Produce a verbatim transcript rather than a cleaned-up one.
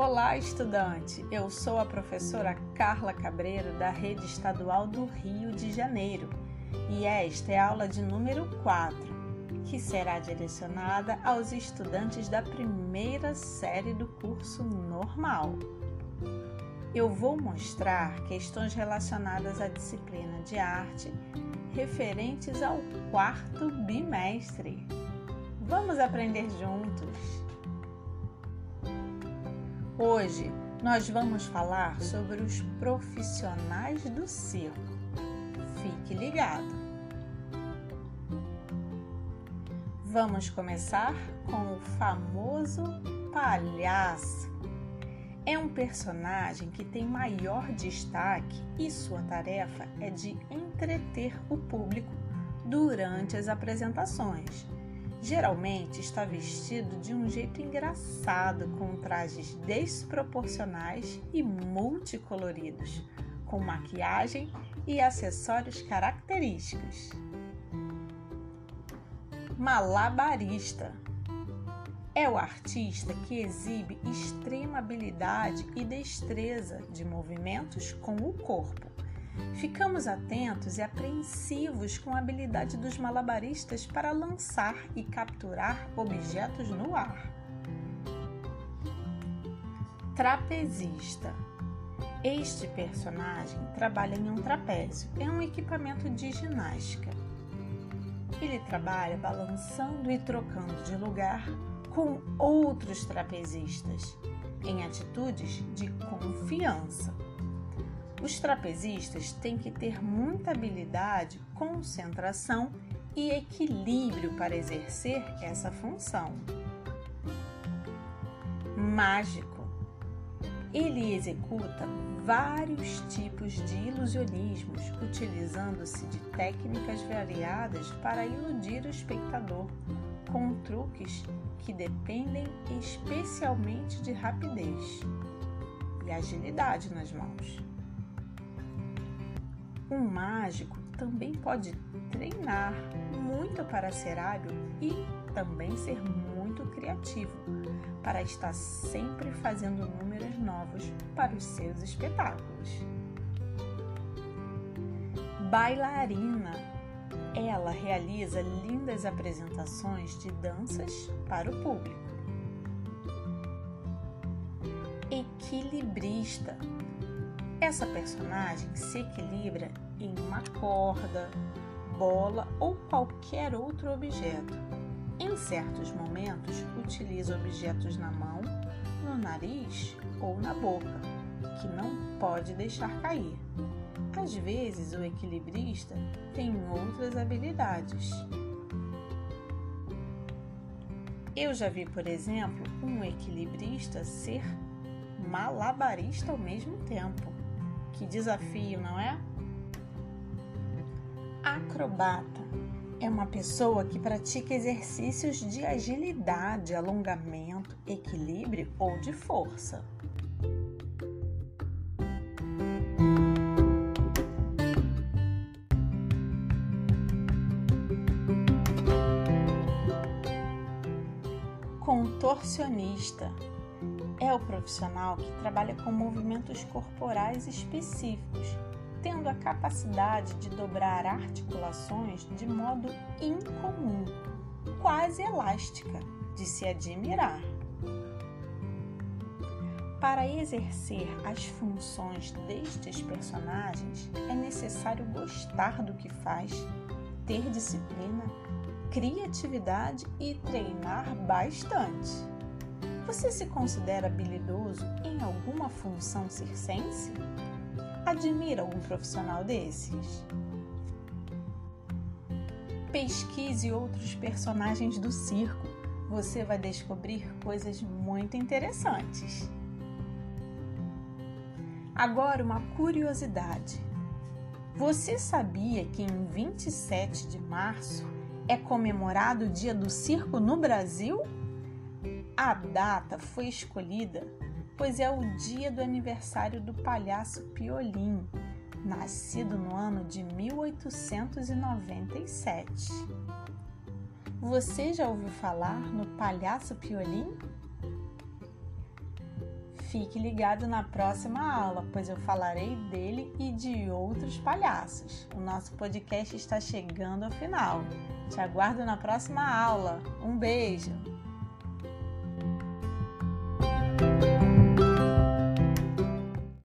Olá, estudante! Eu sou a professora Carla Cabreiro, da Rede Estadual do Rio de Janeiro, e esta é a aula de número quatro, que será direcionada aos estudantes da primeira série do curso normal. Eu vou mostrar questões relacionadas à disciplina de arte referentes ao quarto bimestre. Vamos aprender juntos! Hoje nós vamos falar sobre os profissionais do circo. Fique ligado! Vamos começar com o famoso palhaço. É um personagem que tem maior destaque e sua tarefa é de entreter o público durante as apresentações. Geralmente está vestido de um jeito engraçado, com trajes desproporcionais e multicoloridos, com maquiagem e acessórios característicos. Malabarista é o artista que exibe extrema habilidade e destreza de movimentos com o corpo. Ficamos atentos e apreensivos com a habilidade dos malabaristas para lançar e capturar objetos no ar. Trapezista. Este personagem trabalha em um trapézio, é um equipamento de ginástica. Ele trabalha balançando e trocando de lugar com outros trapezistas, em atitudes de confiança. Os trapezistas têm que ter muita habilidade, concentração e equilíbrio para exercer essa função. Mágico. Ele executa vários tipos de ilusionismos, utilizando-se de técnicas variadas para iludir o espectador, com truques que dependem especialmente de rapidez e agilidade nas mãos. Um mágico também pode treinar muito para ser hábil e também ser muito criativo, para estar sempre fazendo números novos para os seus espetáculos. Bailarina. Ela realiza lindas apresentações de danças para o público. Equilibrista. Essa personagem se equilibra em uma corda, bola ou qualquer outro objeto. Em certos momentos, utiliza objetos na mão, no nariz ou na boca, que não pode deixar cair. Às vezes, o equilibrista tem outras habilidades. Eu já vi, por exemplo, um equilibrista ser malabarista ao mesmo tempo. Que desafio, não é? Acrobata é uma pessoa que pratica exercícios de agilidade, alongamento, equilíbrio ou de força. Contorcionista é o profissional que trabalha com movimentos corporais específicos, tendo a capacidade de dobrar articulações de modo incomum, quase elástica, de se admirar. Para exercer as funções destes personagens, é necessário gostar do que faz, ter disciplina, criatividade e treinar bastante. Você se considera habilidoso em alguma função circense? Admira algum profissional desses? Pesquise outros personagens do circo. Você vai descobrir coisas muito interessantes. Agora, uma curiosidade. Você sabia que em vinte e sete de março é comemorado o Dia do Circo no Brasil? A data foi escolhida pois é o dia do aniversário do Palhaço Piolín, nascido no ano de mil oitocentos e noventa e sete. Você já ouviu falar no Palhaço Piolín? Fique ligado na próxima aula, pois eu falarei dele e de outros palhaços. O nosso podcast está chegando ao final. Te aguardo na próxima aula. Um beijo!